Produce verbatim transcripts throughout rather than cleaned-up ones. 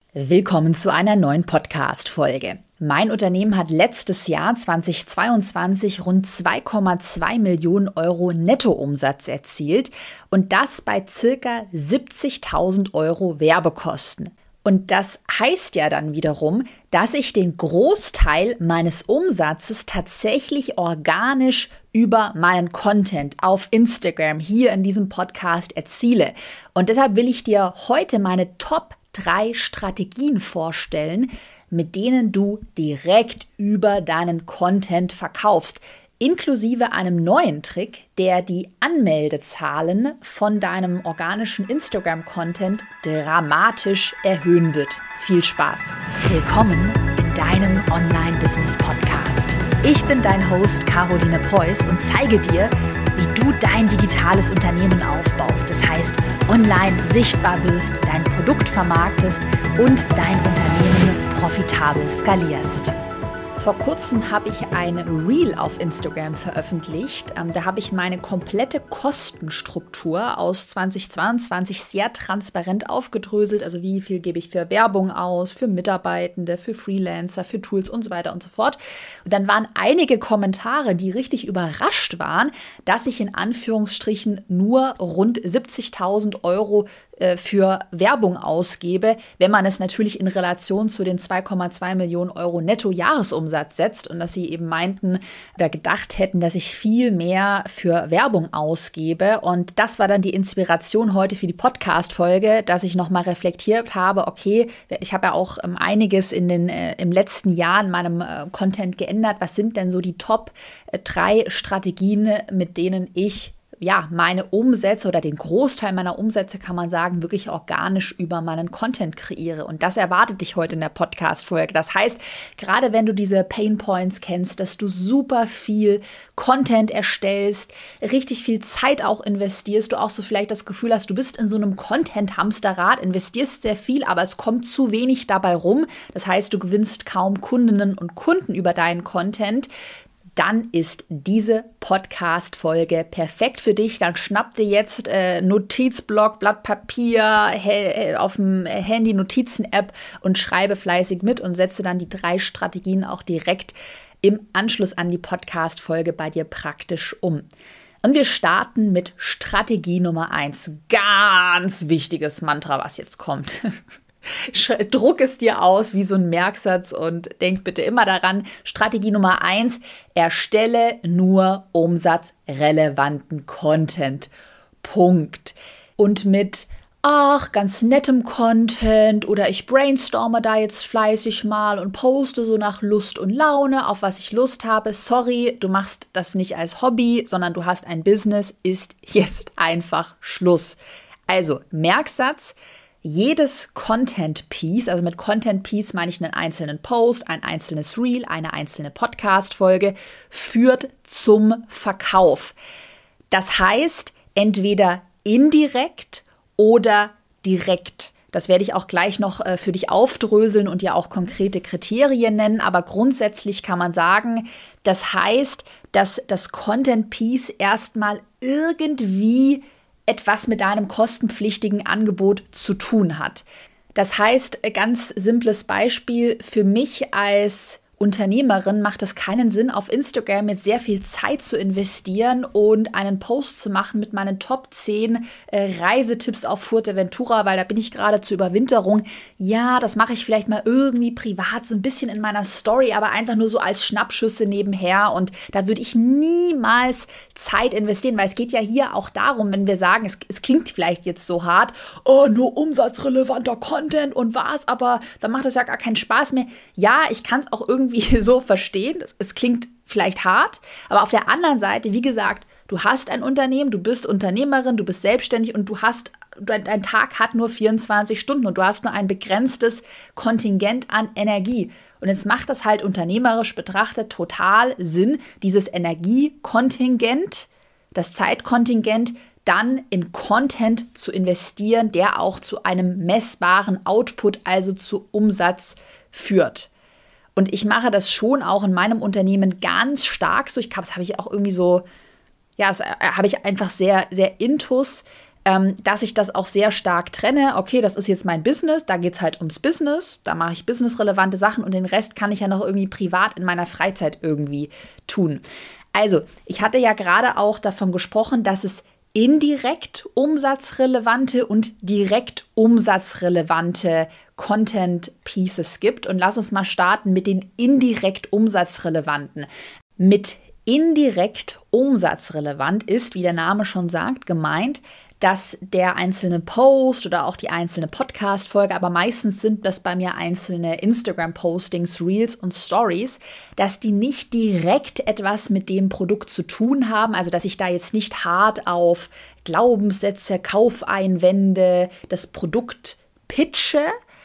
Willkommen zu einer neuen Podcast-Folge. Mein Unternehmen hat letztes Jahr zweitausendzweiundzwanzig rund zwei Komma zwei Millionen Euro Nettoumsatz erzielt und das bei circa siebzigtausend Euro Werbekosten. Und das heißt ja dann wiederum, dass ich den Großteil meines Umsatzes tatsächlich organisch über meinen Content auf Instagram hier in diesem Podcast erziele. Und deshalb will ich dir heute meine Top drei Strategien vorstellen, mit denen du direkt über deinen Content verkaufst, inklusive einem neuen Trick, der die Anmeldezahlen von deinem organischen Instagram-Content dramatisch erhöhen wird. Viel Spaß! Willkommen in deinem Online-Business-Podcast. Ich bin dein Host Caroline Preuß und zeige dir, wie du dein digitales Unternehmen aufbaust. Das heißt, online sichtbar wirst, dein Produkt vermarktest und dein Unternehmen profitabel skalierst. Vor kurzem habe ich ein Reel auf Instagram veröffentlicht. Ähm, da habe ich meine komplette Kostenstruktur aus zweitausendzweiundzwanzig sehr transparent aufgedröselt. Also wie viel gebe ich für Werbung aus, für Mitarbeitende, für Freelancer, für Tools und so weiter und so fort. Und dann waren einige Kommentare, die richtig überrascht waren, dass ich in Anführungsstrichen nur rund siebzigtausend Euro für Werbung ausgebe, wenn man es natürlich in Relation zu den zwei Komma zwei Millionen Euro Netto-Jahresumsatz setzt und dass sie eben meinten oder gedacht hätten, dass ich viel mehr für Werbung ausgebe. Und das war dann die Inspiration heute für die Podcast-Folge, dass ich nochmal reflektiert habe, okay, ich habe ja auch ähm, einiges in den, äh, im letzten Jahr in meinem äh, Content geändert. Was sind denn so die Top äh, drei Strategien, mit denen ich ja, meine Umsätze oder den Großteil meiner Umsätze, kann man sagen, wirklich organisch über meinen Content kreiere. Und das erwartet dich heute in der Podcast-Folge. Das heißt, gerade wenn du diese Pain Points kennst, dass du super viel Content erstellst, richtig viel Zeit auch investierst, du auch so vielleicht das Gefühl hast, du bist in so einem Content-Hamsterrad, investierst sehr viel, aber es kommt zu wenig dabei rum. Das heißt, du gewinnst kaum Kundinnen und Kunden über deinen Content. Dann ist diese Podcast-Folge perfekt für dich. Dann schnapp dir jetzt äh, Notizblock, Blatt Papier, he- auf dem Handy, Notizen-App und schreibe fleißig mit und setze dann die drei Strategien auch direkt im Anschluss an die Podcast-Folge bei dir praktisch um. Und wir starten mit Strategie Nummer eins. Ganz wichtiges Mantra, was jetzt kommt. Druck es dir aus wie so ein Merksatz und denk bitte immer daran, Strategie Nummer eins, erstelle nur umsatzrelevanten Content. Punkt. Und mit, ach, ganz nettem Content oder ich brainstorme da jetzt fleißig mal und poste so nach Lust und Laune, auf was ich Lust habe. Sorry, du machst das nicht als Hobby, sondern du hast ein Business, ist jetzt einfach Schluss. Also, Merksatz, jedes Content-Piece, also mit Content-Piece meine ich einen einzelnen Post, ein einzelnes Reel, eine einzelne Podcast-Folge, führt zum Verkauf. Das heißt, entweder indirekt oder direkt. Das werde ich auch gleich noch äh, für dich aufdröseln und dir auch konkrete Kriterien nennen. Aber grundsätzlich kann man sagen, das heißt, dass das Content-Piece erstmal irgendwie etwas mit deinem kostenpflichtigen Angebot zu tun hat. Das heißt, ganz simples Beispiel, für mich als Unternehmerin macht es keinen Sinn, auf Instagram mit sehr viel Zeit zu investieren und einen Post zu machen mit meinen Top zehn äh, Reisetipps auf Fuerteventura, weil da bin ich gerade zur Überwinterung. Ja, das mache ich vielleicht mal irgendwie privat, so ein bisschen in meiner Story, aber einfach nur so als Schnappschüsse nebenher und da würde ich niemals Zeit investieren, weil es geht ja hier auch darum, wenn wir sagen, es, es klingt vielleicht jetzt so hart, oh, nur umsatzrelevanter Content und was, aber dann macht das ja gar keinen Spaß mehr. Ja, ich kann es auch irgendwie so verstehen. Es, es klingt vielleicht hart, aber auf der anderen Seite, wie gesagt, du hast ein Unternehmen, du bist Unternehmerin, du bist selbstständig und du hast, dein Tag hat nur vierundzwanzig Stunden und du hast nur ein begrenztes Kontingent an Energie. Und jetzt macht das halt unternehmerisch betrachtet total Sinn, dieses Energiekontingent, das Zeitkontingent, dann in Content zu investieren, der auch zu einem messbaren Output, also zu Umsatz führt. Und ich mache das schon auch in meinem Unternehmen ganz stark so. Ich glaube, das habe ich auch irgendwie so, ja, das habe ich einfach sehr, sehr intus. ähm, dass ich das auch sehr stark trenne. Okay, das ist jetzt mein Business, da geht es halt ums Business, da mache ich businessrelevante Sachen und den Rest kann ich ja noch irgendwie privat in meiner Freizeit irgendwie tun. Also, ich hatte ja gerade auch davon gesprochen, dass es indirekt umsatzrelevante und direkt umsatzrelevante Content Pieces gibt. Und lass uns mal starten mit den indirekt umsatzrelevanten. Mit indirekt umsatzrelevant ist, wie der Name schon sagt, gemeint, dass der einzelne Post oder auch die einzelne Podcast-Folge, aber meistens sind das bei mir einzelne Instagram-Postings, Reels und Stories, dass die nicht direkt etwas mit dem Produkt zu tun haben, also dass ich da jetzt nicht hart auf Glaubenssätze, Kaufeinwände, das Produkt pitche,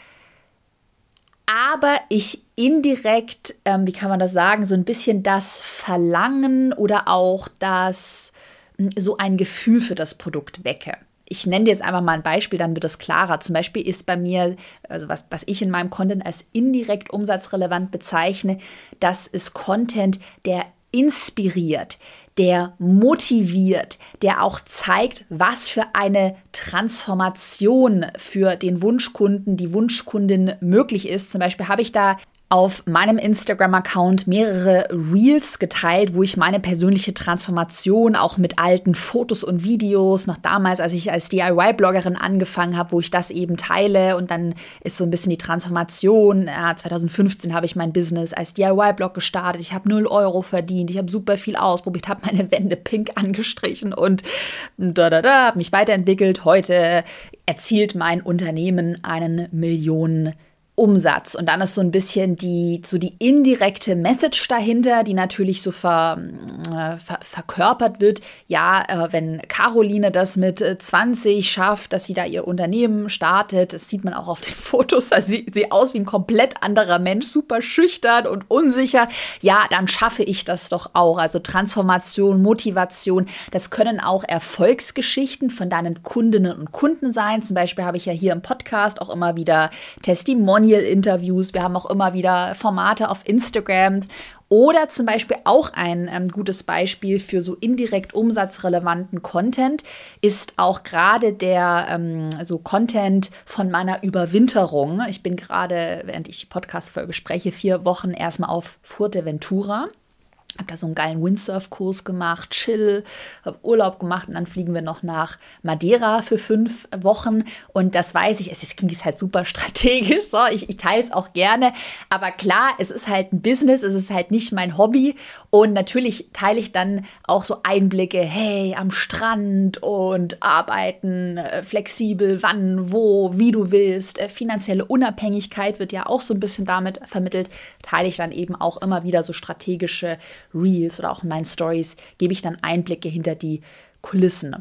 aber ich indirekt, ähm, wie kann man das sagen, so ein bisschen das Verlangen oder auch das so ein Gefühl für das Produkt wecke. Ich nenne dir jetzt einfach mal ein Beispiel, dann wird das klarer. Zum Beispiel ist bei mir, also was, was ich in meinem Content als indirekt umsatzrelevant bezeichne, das ist Content, der inspiriert, der motiviert, der auch zeigt, was für eine Transformation für den Wunschkunden, die Wunschkundin möglich ist. Zum Beispiel habe ich da auf meinem Instagram-Account mehrere Reels geteilt, wo ich meine persönliche Transformation auch mit alten Fotos und Videos, noch damals, als ich als D I Y-Bloggerin angefangen habe, wo ich das eben teile und dann ist so ein bisschen die Transformation. Ja, zwanzig fünfzehn habe ich mein Business als D I Y-Blog gestartet, ich habe null Euro verdient, ich habe super viel ausprobiert, habe meine Wände pink angestrichen und da, da, da, habe mich weiterentwickelt. Heute erzielt mein Unternehmen einen Millionen Umsatz. Und dann ist so ein bisschen die, so die indirekte Message dahinter, die natürlich so ver, äh, ver, verkörpert wird. Ja, äh, wenn Caroline das mit äh, zwanzig schafft, dass sie da ihr Unternehmen startet, das sieht man auch auf den Fotos, da sieht sie aus wie ein komplett anderer Mensch, super schüchtern und unsicher. Ja, dann schaffe ich das doch auch. Also Transformation, Motivation, das können auch Erfolgsgeschichten von deinen Kundinnen und Kunden sein. Zum Beispiel habe ich ja hier im Podcast auch immer wieder Testimonials, Interviews, wir haben auch immer wieder Formate auf Instagram oder zum Beispiel auch ein ähm, gutes Beispiel für so indirekt umsatzrelevanten Content ist auch gerade der ähm, so Content von meiner Überwinterung. Ich bin gerade, während ich die Podcast-Folge spreche, vier Wochen erstmal auf Fuerteventura. Habe da so einen geilen Windsurf-Kurs gemacht, chill, habe Urlaub gemacht und dann fliegen wir noch nach Madeira für fünf Wochen und das weiß ich, es klingt halt super strategisch, so, ich, ich teile es auch gerne, aber klar, es ist halt ein Business, es ist halt nicht mein Hobby und natürlich teile ich dann auch so Einblicke, hey, am Strand und arbeiten, äh, flexibel, wann, wo, wie du willst, äh, finanzielle Unabhängigkeit wird ja auch so ein bisschen damit vermittelt, teile ich dann eben auch immer wieder so strategische Reels oder auch in meinen Stories gebe ich dann Einblicke hinter die Kulissen.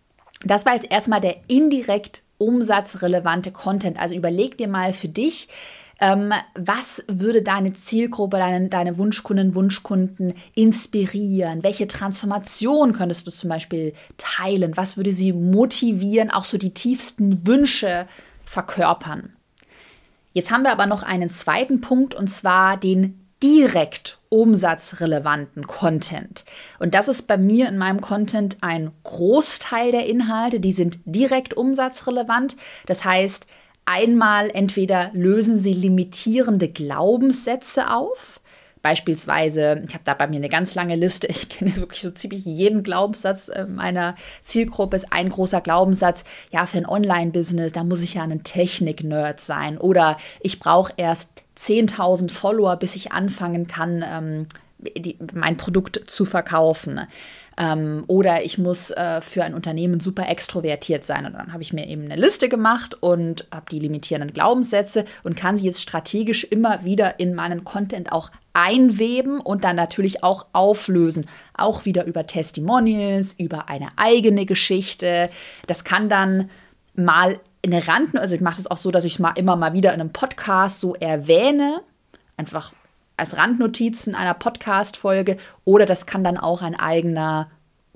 Das war jetzt erstmal der indirekt umsatzrelevante Content. Also überleg dir mal für dich, ähm, was würde deine Zielgruppe, deine, deine Wunschkunden, Wunschkunden inspirieren? Welche Transformation könntest du zum Beispiel teilen? Was würde sie motivieren, auch so die tiefsten Wünsche verkörpern? Jetzt haben wir aber noch einen zweiten Punkt und zwar den direkt umsatzrelevanten Content. Und das ist bei mir in meinem Content ein Großteil der Inhalte, die sind direkt umsatzrelevant. Das heißt, einmal entweder lösen sie limitierende Glaubenssätze auf. Beispielsweise, ich habe da bei mir eine ganz lange Liste, ich kenne wirklich so ziemlich jeden Glaubenssatz meiner Zielgruppe, ist ein großer Glaubenssatz, ja, für ein Online-Business, da muss ich ja ein Technik-Nerd sein oder ich brauche erst zehntausend Follower, bis ich anfangen kann, ähm, die, mein Produkt zu verkaufen. Ähm, oder ich muss äh, für ein Unternehmen super extrovertiert sein. Und dann habe ich mir eben eine Liste gemacht und habe die limitierenden Glaubenssätze und kann sie jetzt strategisch immer wieder in meinen Content auch einweben und dann natürlich auch auflösen. Auch wieder über Testimonials, über eine eigene Geschichte. Das kann dann mal eine Rand, also ich mache das auch so, dass ich mal immer mal wieder in einem Podcast so erwähne, einfach als Randnotizen einer Podcast-Folge oder das kann dann auch ein eigener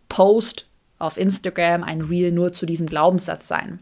Post auf Instagram, ein Reel nur zu diesem Glaubenssatz sein.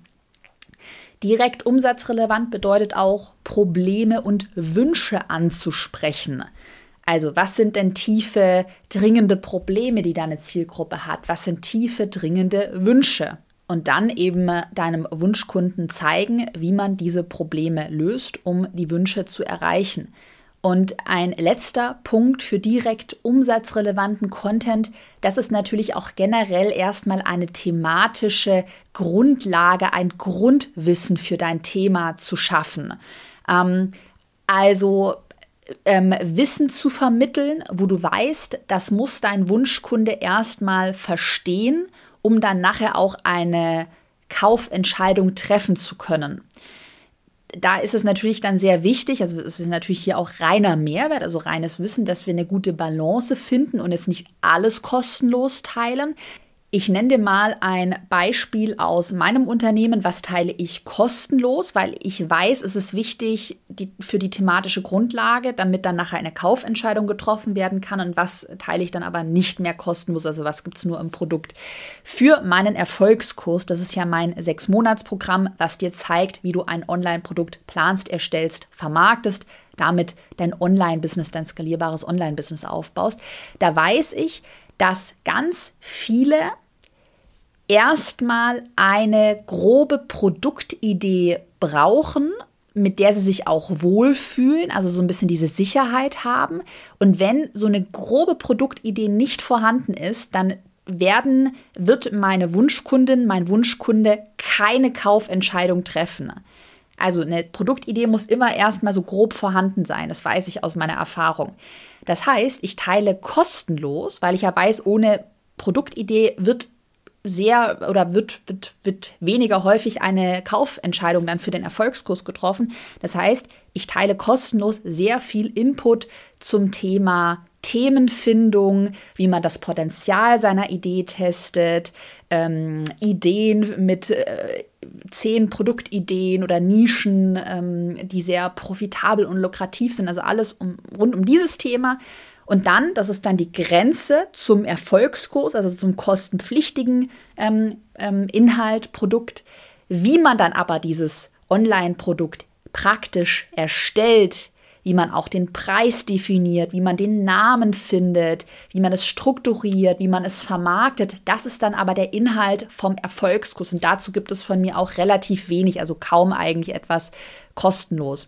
Direkt umsatzrelevant bedeutet auch, Probleme und Wünsche anzusprechen. Also was sind denn tiefe, dringende Probleme, die deine Zielgruppe hat? Was sind tiefe, dringende Wünsche? und dann eben deinem Wunschkunden zeigen, wie man diese Probleme löst, um die Wünsche zu erreichen. Und ein letzter Punkt für direkt umsatzrelevanten Content, das ist natürlich auch generell erstmal eine thematische Grundlage, ein Grundwissen für dein Thema zu schaffen. Ähm, also ähm, Wissen zu vermitteln, wo du weißt, das muss dein Wunschkunde erstmal verstehen, um dann nachher auch eine Kaufentscheidung treffen zu können. Da ist es natürlich dann sehr wichtig, also es ist natürlich hier auch reiner Mehrwert, also reines Wissen, dass wir eine gute Balance finden und jetzt nicht alles kostenlos teilen. Ich nenne dir mal ein Beispiel aus meinem Unternehmen, was teile ich kostenlos, weil ich weiß, es ist wichtig die, für die thematische Grundlage, damit dann nachher eine Kaufentscheidung getroffen werden kann, und was teile ich dann aber nicht mehr kostenlos, also was gibt es nur im Produkt. Für meinen Erfolgskurs, das ist ja mein Sechs-Monats-Programm, was dir zeigt, wie du ein Online-Produkt planst, erstellst, vermarktest, damit dein Online-Business, dein skalierbares Online-Business aufbaust. Da weiß ich, dass ganz viele erstmal eine grobe Produktidee brauchen, mit der sie sich auch wohlfühlen, also so ein bisschen diese Sicherheit haben. Und wenn so eine grobe Produktidee nicht vorhanden ist, dann werden, wird meine Wunschkundin, mein Wunschkunde keine Kaufentscheidung treffen. Also eine Produktidee muss immer erstmal so grob vorhanden sein, das weiß ich aus meiner Erfahrung. Das heißt, ich teile kostenlos, weil ich ja weiß, ohne Produktidee wird sehr oder wird, wird, wird weniger häufig eine Kaufentscheidung dann für den Erfolgskurs getroffen. Das heißt, ich teile kostenlos sehr viel Input zum Thema Themenfindung, wie man das Potenzial seiner Idee testet, ähm, Ideen mit äh, zehn Produktideen oder Nischen, ähm, die sehr profitabel und lukrativ sind, also alles um, rund um dieses Thema. Und dann, das ist dann die Grenze zum Erfolgskurs, also zum kostenpflichtigen ähm, ähm, Inhalt, Produkt, wie man dann aber dieses Online-Produkt praktisch erstellt, wie man auch den Preis definiert, wie man den Namen findet, wie man es strukturiert, wie man es vermarktet. Das ist dann aber der Inhalt vom Erfolgskurs. Und dazu gibt es von mir auch relativ wenig, also kaum eigentlich etwas kostenlos.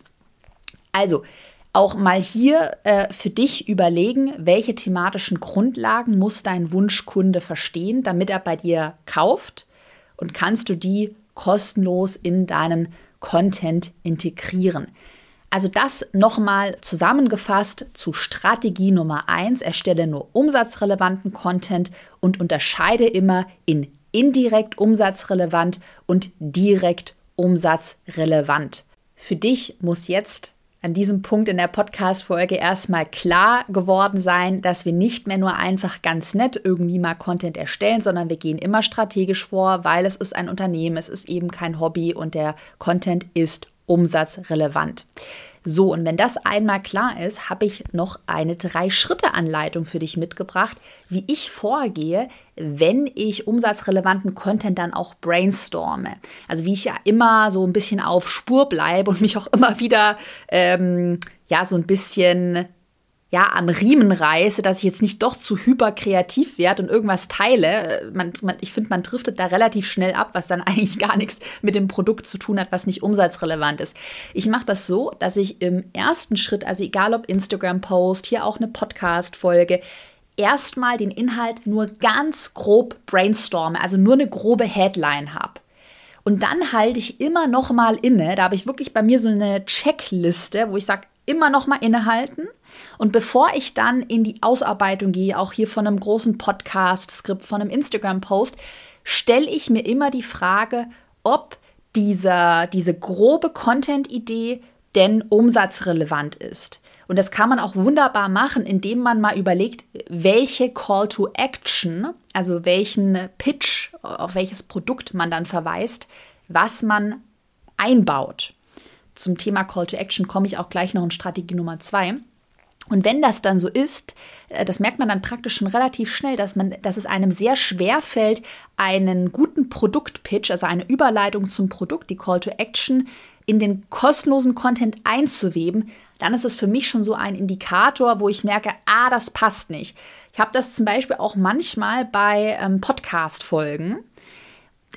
Also auch mal hier äh, für dich überlegen, welche thematischen Grundlagen muss dein Wunschkunde verstehen, damit er bei dir kauft, und kannst du die kostenlos in deinen Content integrieren. Also das nochmal zusammengefasst zu Strategie Nummer eins, erstelle nur umsatzrelevanten Content und unterscheide immer in indirekt umsatzrelevant und direkt umsatzrelevant. Für dich muss jetzt an diesem Punkt in der Podcast-Folge erstmal klar geworden sein, dass wir nicht mehr nur einfach ganz nett irgendwie mal Content erstellen, sondern wir gehen immer strategisch vor, weil es ist ein Unternehmen, es ist eben kein Hobby und der Content ist umsatzrelevant. So, und wenn das einmal klar ist, habe ich noch eine Drei-Schritte-Anleitung für dich mitgebracht, wie ich vorgehe, wenn ich umsatzrelevanten Content dann auch brainstorme. Also wie ich ja immer so ein bisschen auf Spur bleibe und mich auch immer wieder ähm, ja so ein bisschen ja, am Riemen reiße, dass ich jetzt nicht doch zu hyperkreativ werde und irgendwas teile. Man, man, ich finde, man driftet da relativ schnell ab, was dann eigentlich gar nichts mit dem Produkt zu tun hat, was nicht umsatzrelevant ist. Ich mache das so, dass ich im ersten Schritt, also egal ob Instagram-Post, hier auch eine Podcast-Folge, erstmal den Inhalt nur ganz grob brainstorme, also nur eine grobe Headline habe. Und dann halte ich immer noch mal inne, da habe ich wirklich bei mir so eine Checkliste, wo ich sage, immer noch mal innehalten. Und bevor ich dann in die Ausarbeitung gehe, auch hier von einem großen Podcast-Skript, von einem Instagram-Post, stelle ich mir immer die Frage, ob dieser, diese grobe Content-Idee denn umsatzrelevant ist. Und das kann man auch wunderbar machen, indem man mal überlegt, welche Call to Action, also welchen Pitch, auf welches Produkt man dann verweist, was man einbaut. Zum Thema Call to Action komme ich auch gleich noch in Strategie Nummer zwei. Und wenn das dann so ist, das merkt man dann praktisch schon relativ schnell, dass man, dass es einem sehr schwer fällt, einen guten Produktpitch, also eine Überleitung zum Produkt, die Call to Action, in den kostenlosen Content einzuweben, dann ist es für mich schon so ein Indikator, wo ich merke, ah, das passt nicht. Ich habe das zum Beispiel auch manchmal bei ähm, Podcast-Folgen.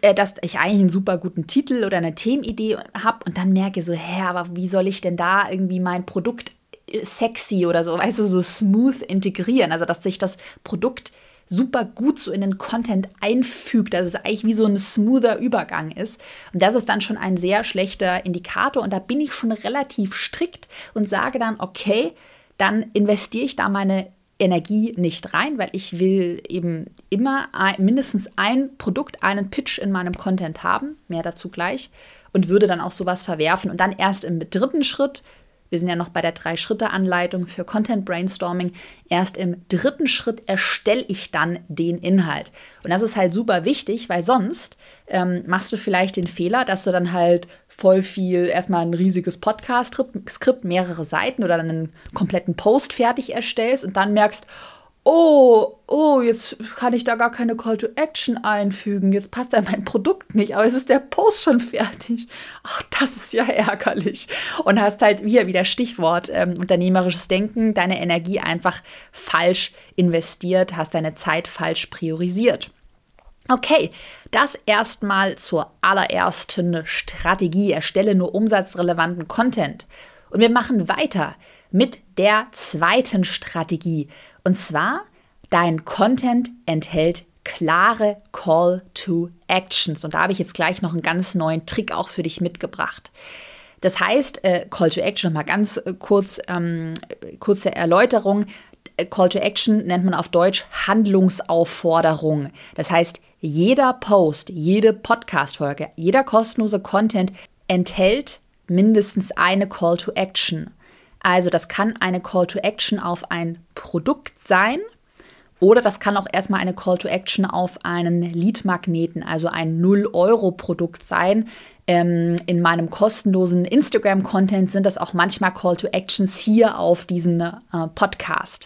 äh, dass ich eigentlich einen super guten Titel oder eine Themenidee habe und dann merke so, hä, aber wie soll ich denn da irgendwie mein Produkt sexy oder so, weißt du, so smooth integrieren, also dass sich das Produkt super gut so in den Content einfügt, dass es eigentlich wie so ein smoother Übergang ist. Und das ist dann schon ein sehr schlechter Indikator. Und da bin ich schon relativ strikt und sage dann, okay, dann investiere ich da meine Energie nicht rein, weil ich will eben immer ein, mindestens ein Produkt, einen Pitch in meinem Content haben, mehr dazu gleich, und würde dann auch sowas verwerfen. Und dann erst im dritten Schritt, wir sind ja noch bei der Drei-Schritte-Anleitung für Content Brainstorming. Erst im dritten Schritt erstelle ich dann den Inhalt. Und das ist halt super wichtig, weil sonst ähm, machst du vielleicht den Fehler, dass du dann halt voll viel, erstmal ein riesiges Podcast-Skript, mehrere Seiten oder dann einen kompletten Post fertig erstellst und dann merkst, oh, oh, jetzt kann ich da gar keine Call to Action einfügen. Jetzt passt da mein Produkt nicht, aber es ist der Post schon fertig. Ach, das ist ja ärgerlich. Und hast halt hier wieder Stichwort ähm, unternehmerisches Denken, deine Energie einfach falsch investiert, hast deine Zeit falsch priorisiert. Okay, das erstmal zur allerersten Strategie. Erstelle nur umsatzrelevanten Content. Und wir machen weiter mit der zweiten Strategie. Und zwar, dein Content enthält klare Call to Actions. Und da habe ich jetzt gleich noch einen ganz neuen Trick auch für dich mitgebracht. Das heißt, äh, Call to Action, mal ganz äh, kurz, ähm, kurze Erläuterung. Call to Action nennt man auf Deutsch Handlungsaufforderung. Das heißt, jeder Post, jede Podcast-Folge, jeder kostenlose Content enthält mindestens eine Call to Action. Also das kann eine Call to Action auf ein Produkt sein oder das kann auch erstmal eine Call to Action auf einen Lead-Magneten, also ein null Euro Produkt sein. Ähm, in meinem kostenlosen Instagram-Content sind das auch manchmal Call to Actions hier auf diesen äh, Podcast.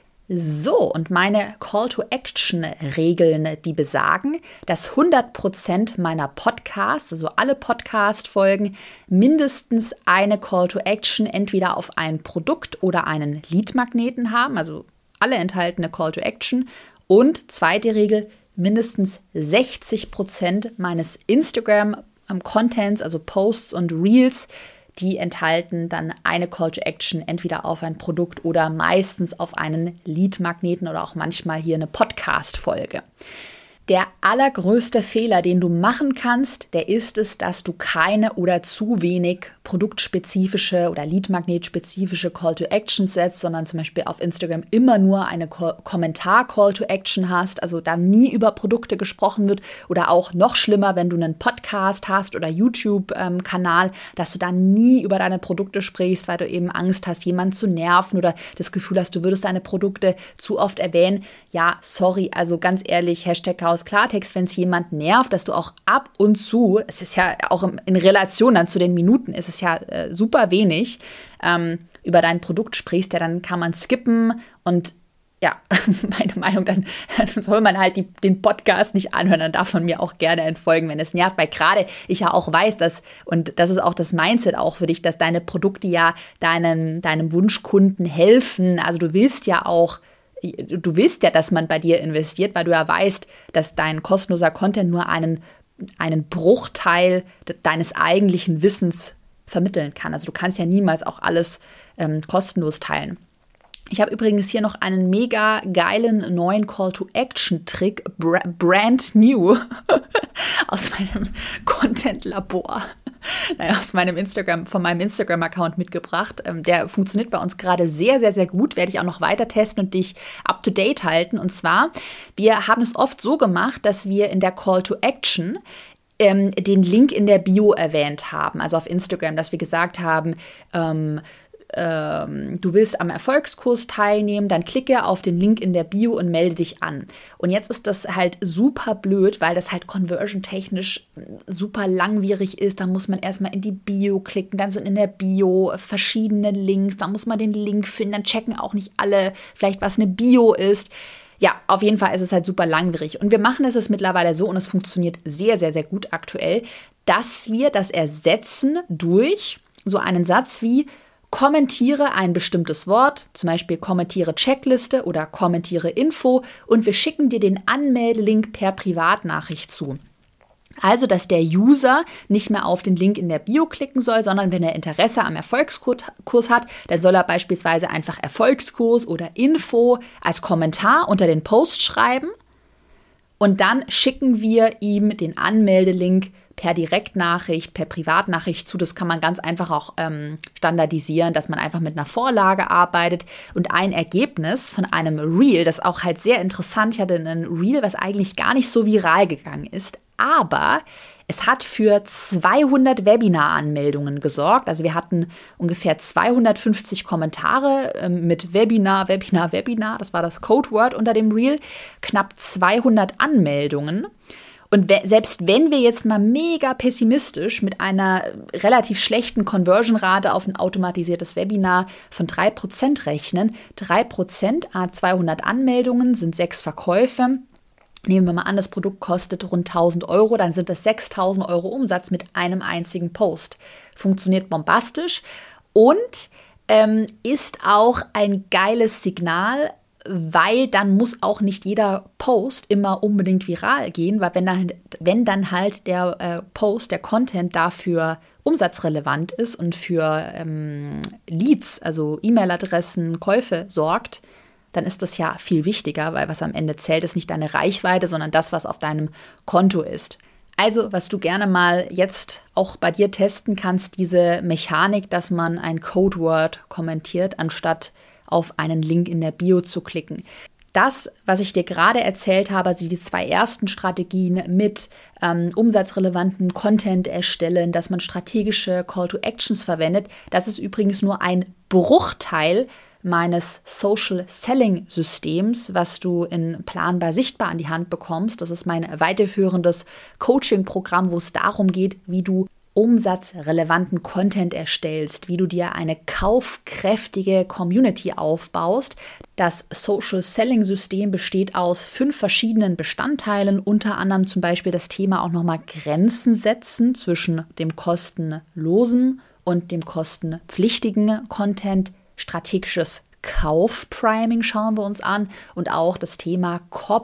So, und meine Call-to-Action-Regeln, die besagen, dass hundert Prozent meiner Podcasts, also alle Podcast-Folgen, mindestens eine Call-to-Action entweder auf ein Produkt oder einen Lead-Magneten haben, also alle enthaltene Call-to-Action. Und zweite Regel, mindestens sechzig Prozent meines Instagram-Contents, also Posts und Reels, die enthalten dann eine Call to Action entweder auf ein Produkt oder meistens auf einen Lead-Magneten oder auch manchmal hier eine Podcast-Folge. Der allergrößte Fehler, den du machen kannst, der ist es, dass du keine oder zu wenig produktspezifische oder Lead-Magnet-spezifische Call-to-Action setzt, sondern zum Beispiel auf Instagram immer nur eine Ko- Kommentar-Call-to-Action hast, also da nie über Produkte gesprochen wird oder auch noch schlimmer, wenn du einen Podcast hast oder YouTube-Kanal, dass du da nie über deine Produkte sprichst, weil du eben Angst hast, jemanden zu nerven oder das Gefühl hast, du würdest deine Produkte zu oft erwähnen. Ja, sorry, also ganz ehrlich, Hashtag Chaos Klartext, wenn es jemand nervt, dass du auch ab und zu, es ist ja auch in Relation dann zu den Minuten, ist es ja äh, super wenig, ähm, über dein Produkt sprichst, ja, dann kann man skippen und ja, meine Meinung, dann, dann soll man halt die, den Podcast nicht anhören, dann darf man mir auch gerne entfolgen, wenn es nervt, weil gerade ich ja auch weiß, dass, und das ist auch das Mindset auch für dich, dass deine Produkte ja deinen, deinem Wunschkunden helfen, also du willst ja auch Du willst ja, dass man bei dir investiert, weil du ja weißt, dass dein kostenloser Content nur einen, einen Bruchteil deines eigentlichen Wissens vermitteln kann. Also du kannst ja niemals auch alles ähm, kostenlos teilen. Ich habe übrigens hier noch einen mega geilen neuen Call-to-Action-Trick, br- brand new, aus meinem Content-Labor, naja, aus meinem Instagram, von meinem Instagram-Account mitgebracht. Ähm, der funktioniert bei uns gerade sehr, sehr, sehr gut, werde ich auch noch weiter testen und dich up-to-date halten. Und zwar, wir haben es oft so gemacht, dass wir in der Call-to-Action ähm, den Link in der Bio erwähnt haben, also auf Instagram, dass wir gesagt haben, ähm, Ähm, du willst am Erfolgskurs teilnehmen, dann klicke auf den Link in der Bio und melde dich an. Und jetzt ist das halt super blöd, weil das halt conversion-technisch super langwierig ist. Da muss man erstmal in die Bio klicken, dann sind in der Bio verschiedene Links, da muss man den Link finden, dann checken auch nicht alle vielleicht, was eine Bio ist. Ja, auf jeden Fall ist es halt super langwierig. Und wir machen es jetzt mittlerweile so, und es funktioniert sehr, sehr, sehr gut aktuell, dass wir das ersetzen durch so einen Satz wie: Kommentiere ein bestimmtes Wort, zum Beispiel kommentiere Checkliste oder kommentiere Info, und wir schicken dir den Anmeldelink per Privatnachricht zu. Also, dass der User nicht mehr auf den Link in der Bio klicken soll, sondern wenn er Interesse am Erfolgskurs hat, dann soll er beispielsweise einfach Erfolgskurs oder Info als Kommentar unter den Post schreiben. Und dann schicken wir ihm den Anmeldelink per Direktnachricht, per Privatnachricht zu. Das kann man ganz einfach auch ähm, standardisieren, dass man einfach mit einer Vorlage arbeitet. Und ein Ergebnis von einem Reel, das auch halt sehr interessant, ich hatte ein Reel, was eigentlich gar nicht so viral gegangen ist, aber es hat für zweihundert Webinar-Anmeldungen gesorgt. Also wir hatten ungefähr zweihundertfünfzig Kommentare ähm, mit Webinar, Webinar, Webinar. Das war das Codewort unter dem Reel. Knapp zweihundert Anmeldungen. Und we- selbst wenn wir jetzt mal mega pessimistisch mit einer relativ schlechten Conversion-Rate auf ein automatisiertes Webinar von drei Prozent rechnen, drei Prozent à zweihundert Anmeldungen sind sechs Verkäufe. Nehmen wir mal an, das Produkt kostet rund tausend Euro, dann sind das sechstausend Euro Umsatz mit einem einzigen Post. Funktioniert bombastisch und ähm, ist auch ein geiles Signal, weil dann muss auch nicht jeder Post immer unbedingt viral gehen, weil wenn dann, wenn dann halt der äh, Post, der Content dafür umsatzrelevant ist und für ähm, Leads, also E-Mail-Adressen, Käufe sorgt, dann ist das ja viel wichtiger, weil was am Ende zählt, ist nicht deine Reichweite, sondern das, was auf deinem Konto ist. Also, was du gerne mal jetzt auch bei dir testen kannst, diese Mechanik, dass man ein Codeword kommentiert, anstatt auf einen Link in der Bio zu klicken. Das, was ich dir gerade erzählt habe, also die zwei ersten Strategien mit ähm, umsatzrelevantem Content erstellen, dass man strategische Call-to-Actions verwendet, das ist übrigens nur ein Bruchteil meines Social Selling Systems, was du in Planbar Sichtbar an die Hand bekommst. Das ist mein weiterführendes Coaching-Programm, wo es darum geht, wie du umsatzrelevanten Content erstellst, wie du dir eine kaufkräftige Community aufbaust. Das Social Selling System besteht aus fünf verschiedenen Bestandteilen, unter anderem zum Beispiel das Thema auch nochmal Grenzen setzen zwischen dem kostenlosen und dem kostenpflichtigen Content. Strategisches Kaufpriming schauen wir uns an und auch das Thema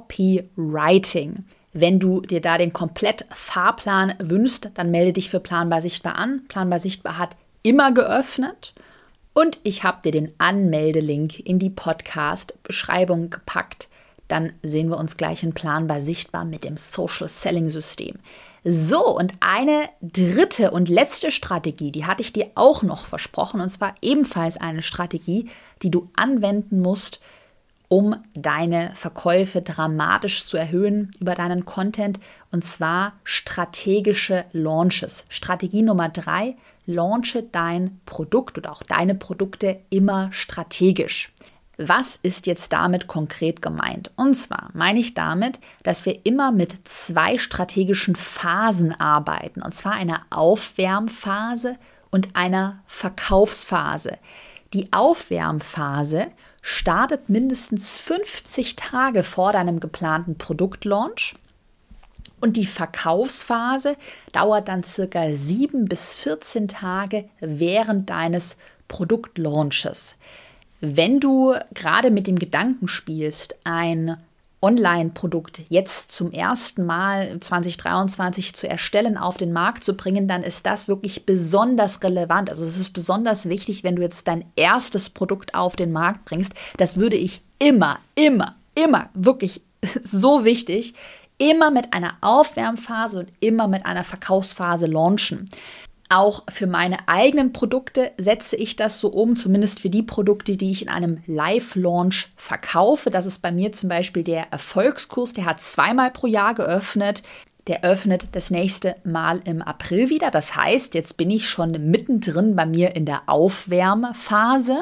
Copywriting. Wenn du dir da den Komplett-Fahrplan wünschst, dann melde dich für Planbar Sichtbar an. Planbar Sichtbar hat immer geöffnet und ich habe dir den Anmeldelink in die Podcast-Beschreibung gepackt. Dann sehen wir uns gleich in Planbar Sichtbar mit dem Social Selling System. So, und eine dritte und letzte Strategie, die hatte ich dir auch noch versprochen, und zwar ebenfalls eine Strategie, die du anwenden musst, um deine Verkäufe dramatisch zu erhöhen über deinen Content, und zwar strategische Launches. Strategie Nummer drei, launche dein Produkt oder auch deine Produkte immer strategisch. Was ist jetzt damit konkret gemeint? Und zwar meine ich damit, dass wir immer mit zwei strategischen Phasen arbeiten, und zwar einer Aufwärmphase und einer Verkaufsphase. Die Aufwärmphase startet mindestens fünfzig Tage vor deinem geplanten Produktlaunch und die Verkaufsphase dauert dann circa sieben bis vierzehn Tage während deines Produktlaunches. Wenn du gerade mit dem Gedanken spielst, ein Online-Produkt jetzt zum ersten Mal zwanzig dreiundzwanzig zu erstellen, auf den Markt zu bringen, dann ist das wirklich besonders relevant. Also es ist besonders wichtig, wenn du jetzt dein erstes Produkt auf den Markt bringst. Das würde ich immer, immer, immer, wirklich so wichtig, immer mit einer Aufwärmphase und immer mit einer Verkaufsphase launchen. Auch für meine eigenen Produkte setze ich das so um, zumindest für die Produkte, die ich in einem Live-Launch verkaufe. Das ist bei mir zum Beispiel der Erfolgskurs, der hat zweimal pro Jahr geöffnet. Der öffnet das nächste Mal im April wieder. Das heißt, jetzt bin ich schon mittendrin bei mir in der Aufwärmphase.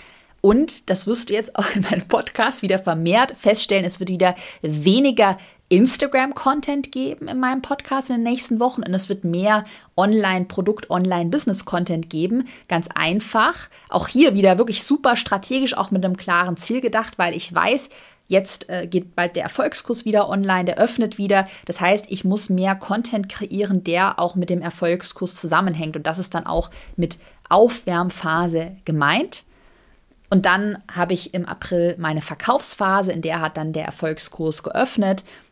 Und das wirst du jetzt auch in meinem Podcast wieder vermehrt feststellen. Es wird wieder weniger Instagram-Content geben in meinem Podcast in den nächsten Wochen und es wird mehr Online-Produkt, Online-Business-Content geben. Ganz einfach. Auch hier wieder wirklich super strategisch, auch mit einem klaren Ziel gedacht, weil ich weiß, jetzt äh, geht bald der Erfolgskurs wieder online, der öffnet wieder. Das heißt, ich muss mehr Content kreieren, der auch mit dem Erfolgskurs zusammenhängt. Und das ist dann auch mit Aufwärmphase gemeint. Und dann habe ich im April meine Verkaufsphase, in der hat dann der Erfolgskurs geöffnet.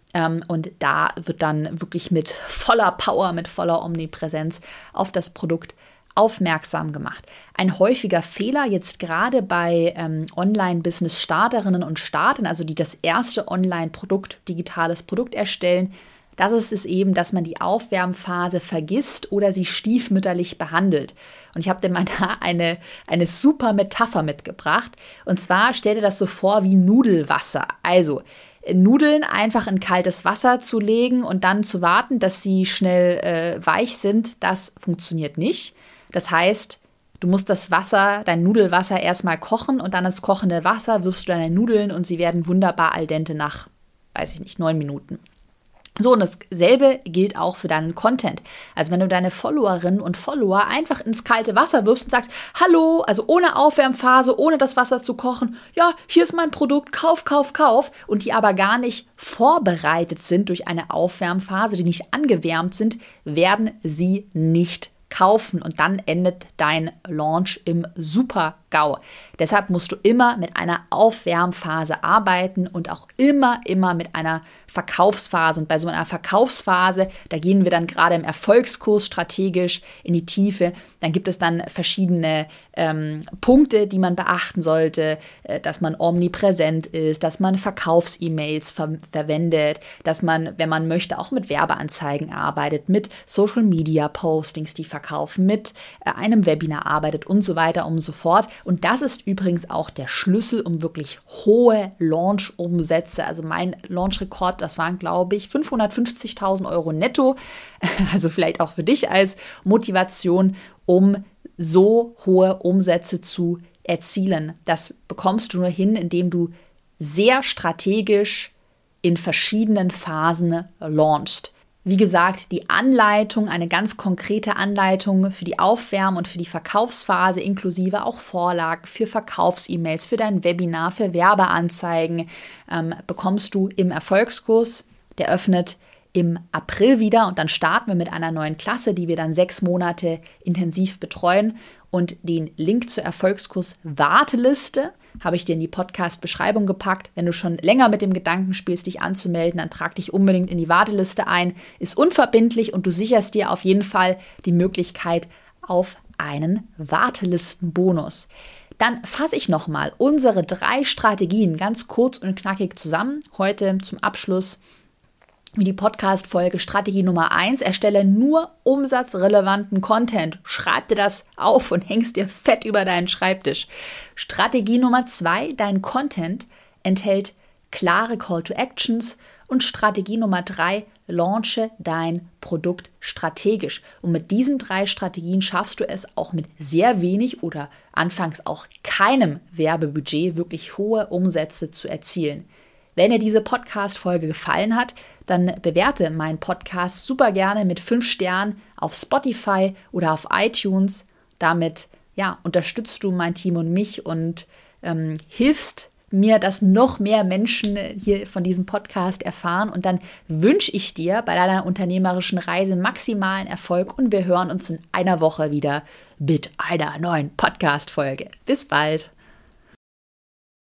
Ähm, und da wird dann wirklich mit voller Power, mit voller Omnipräsenz auf das Produkt aufmerksam gemacht. Ein häufiger Fehler jetzt gerade bei ähm, Online-Business-Starterinnen und Startern, also die das erste Online-Produkt, digitales Produkt erstellen, das ist es eben, dass man die Aufwärmphase vergisst oder sie stiefmütterlich behandelt. Und ich habe dir mal da eine, eine super Metapher mitgebracht. Und zwar stell dir das so vor wie Nudelwasser. Also Nudeln einfach in kaltes Wasser zu legen und dann zu warten, dass sie schnell äh, weich sind, das funktioniert nicht. Das heißt, du musst das Wasser, dein Nudelwasser erstmal kochen und dann ins kochende Wasser wirfst du deine Nudeln und sie werden wunderbar al dente nach, weiß ich nicht, neun Minuten. So, und dasselbe gilt auch für deinen Content. Also wenn du deine Followerinnen und Follower einfach ins kalte Wasser wirfst und sagst, hallo, also ohne Aufwärmphase, ohne das Wasser zu kochen, ja, hier ist mein Produkt, kauf, kauf, kauf, und die aber gar nicht vorbereitet sind durch eine Aufwärmphase, die nicht angewärmt sind, werden sie nicht kaufen und dann endet dein Launch im Super-GAU. Deshalb musst du immer mit einer Aufwärmphase arbeiten und auch immer, immer mit einer Verkaufsphase. Und bei so einer Verkaufsphase, da gehen wir dann gerade im Erfolgskurs strategisch in die Tiefe. Dann gibt es dann verschiedene ähm, Punkte, die man beachten sollte, äh, dass man omnipräsent ist, dass man Verkaufs-E-Mails ver- verwendet, dass man, wenn man möchte, auch mit Werbeanzeigen arbeitet, mit Social-Media-Postings, die verkaufen, mit äh, einem Webinar arbeitet und so weiter und so fort. Und das ist übrigens auch der Schlüssel, um wirklich hohe Launch-Umsätze, also mein Launch-Rekord, das waren, glaube ich, fünfhundertfünfzigtausend Euro netto, also vielleicht auch für dich als Motivation, um so hohe Umsätze zu erzielen. Das bekommst du nur hin, indem du sehr strategisch in verschiedenen Phasen launchst. Wie gesagt, die Anleitung, eine ganz konkrete Anleitung für die Aufwärm- und für die Verkaufsphase, inklusive auch Vorlagen für Verkaufs-E-Mails, für dein Webinar, für Werbeanzeigen, ähm, bekommst du im Erfolgskurs. Der öffnet im April wieder und dann starten wir mit einer neuen Klasse, die wir dann sechs Monate intensiv betreuen. Und den Link zur Erfolgskurs-Warteliste habe ich dir in die Podcast-Beschreibung gepackt. Wenn du schon länger mit dem Gedanken spielst, dich anzumelden, dann trag dich unbedingt in die Warteliste ein. Ist unverbindlich und du sicherst dir auf jeden Fall die Möglichkeit auf einen Wartelistenbonus. Dann fasse ich nochmal unsere drei Strategien ganz kurz und knackig zusammen. Heute zum Abschluss wie die Podcast-Folge Strategie Nummer eins, erstelle nur umsatzrelevanten Content. Schreib dir das auf und hängst dir fett über deinen Schreibtisch. Strategie Nummer zwei, dein Content enthält klare Call to Actions. Und Strategie Nummer drei, launche dein Produkt strategisch. Und mit diesen drei Strategien schaffst du es auch mit sehr wenig oder anfangs auch keinem Werbebudget wirklich hohe Umsätze zu erzielen. Wenn dir diese Podcast-Folge gefallen hat, dann bewerte meinen Podcast super gerne mit fünf Sternen auf Spotify oder auf iTunes. Damit ja, unterstützt du mein Team und mich und ähm, hilfst mir, dass noch mehr Menschen hier von diesem Podcast erfahren. Und dann wünsche ich dir bei deiner unternehmerischen Reise maximalen Erfolg und wir hören uns in einer Woche wieder mit einer neuen Podcast-Folge. Bis bald!